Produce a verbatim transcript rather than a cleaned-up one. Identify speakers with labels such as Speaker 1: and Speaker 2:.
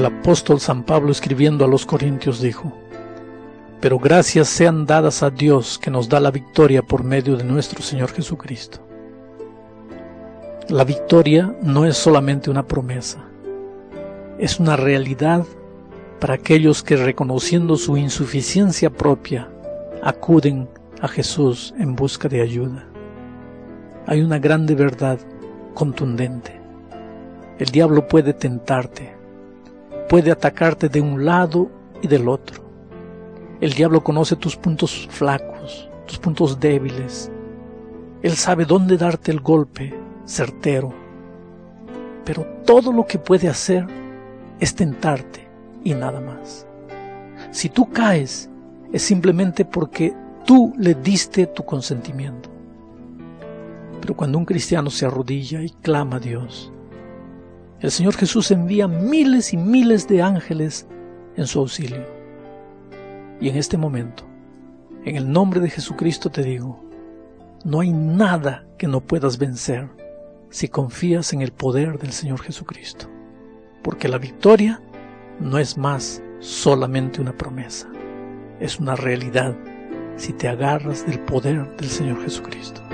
Speaker 1: el apóstol San Pablo, escribiendo a los Corintios, dijo: pero gracias sean dadas a Dios, que nos da la victoria por medio de nuestro Señor Jesucristo. La victoria no es solamente una promesa, es una realidad para aquellos que, reconociendo su insuficiencia propia, acuden a Jesús en busca de ayuda. Hay una grande verdad contundente. El diablo puede tentarte, puede atacarte de un lado y del otro. El diablo conoce tus puntos flacos, tus puntos débiles. Él sabe dónde darte el golpe certero. Pero todo lo que puede hacer es tentarte y nada más. Si tú caes, es simplemente porque tú le diste tu consentimiento. Pero cuando un cristiano se arrodilla y clama a Dios, el Señor Jesús envía miles y miles de ángeles en su auxilio. Y en este momento, en el nombre de Jesucristo te digo, no hay nada que no puedas vencer si confías en el poder del Señor Jesucristo. Porque la victoria no es más solamente una promesa, es una realidad si te agarras del poder del Señor Jesucristo.